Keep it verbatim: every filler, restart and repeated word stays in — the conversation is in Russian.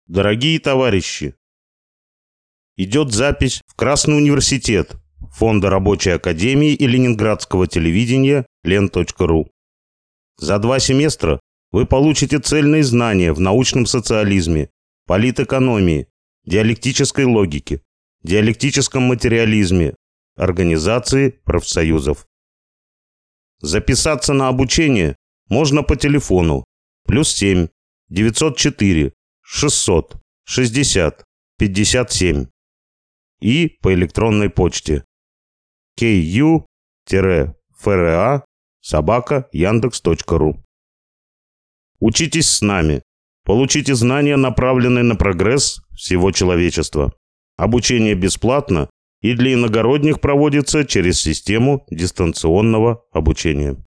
Дорогие товарищи, идет запись в Красный университет Фонда Рабочей Академии и Ленинградского телевидения лен точка ру. За два семестра вы получите цельные знания в научном социализме, политэкономии, диалектической логике, диалектическом материализме, организации профсоюзов. Записаться на обучение можно по телефону плюс семь девятьсот четыре шестьсот шестьдесят пятьдесят семь и по электронной почте ку фра собака яндекс точка ру. Учитесь с нами, получите знания, направленные на прогресс всего человечества. Обучение бесплатно и для иногородних проводится через систему дистанционного обучения.